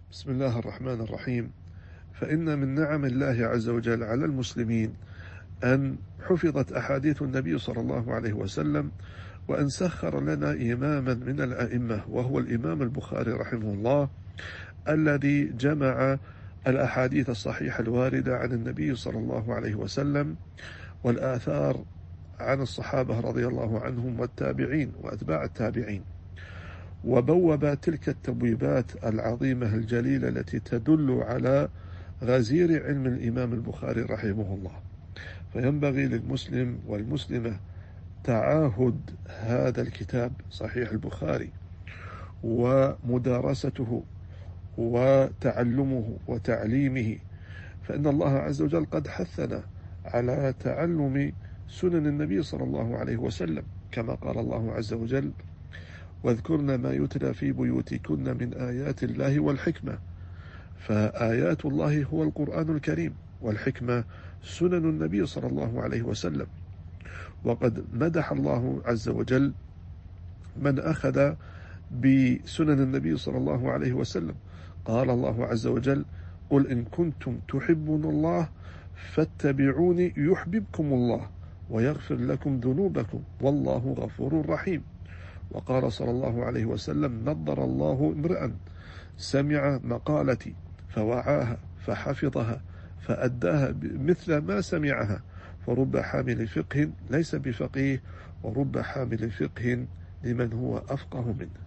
بسم الله الرحمن الرحيم. فإن من نعم الله عز وجل على المسلمين أن حفظت أحاديث النبي صلى الله عليه وسلم، وأن سخر لنا إماما من الأئمة وهو الإمام البخاري رحمه الله، الذي جمع الأحاديث الصحيحة الواردة عن النبي صلى الله عليه وسلم والآثار عن الصحابة رضي الله عنهم والتابعين وأتباع التابعين، وبوب تلك التبويبات العظيمة الجليلة التي تدل على غزير علم الإمام البخاري رحمه الله. فينبغي للمسلم والمسلمة تعاهد هذا الكتاب صحيح البخاري ومدارسته وتعلمه وتعليمه، فإن الله عز وجل قد حثنا على تعلم سنن النبي صلى الله عليه وسلم، كما قال الله عز وجل: واذكرن ما يتلى في بيوتكن من آيات الله والحكمة. فآيات الله هو القرآن الكريم، والحكمة سنن النبي صلى الله عليه وسلم. وقد مدح الله عز وجل من أخذ بسنن النبي صلى الله عليه وسلم. قال الله عز وجل: قل إن كنتم تحبون الله فاتبعوني يحببكم الله ويغفر لكم ذنوبكم والله غفور رحيم. وقال صلى الله عليه وسلم: نضر الله امرأ سمع مقالتي فوعاها فحفظها فأداها مثل ما سمعها، فرب حامل فقه ليس بفقيه ورب حامل فقه لمن هو أفقه منه.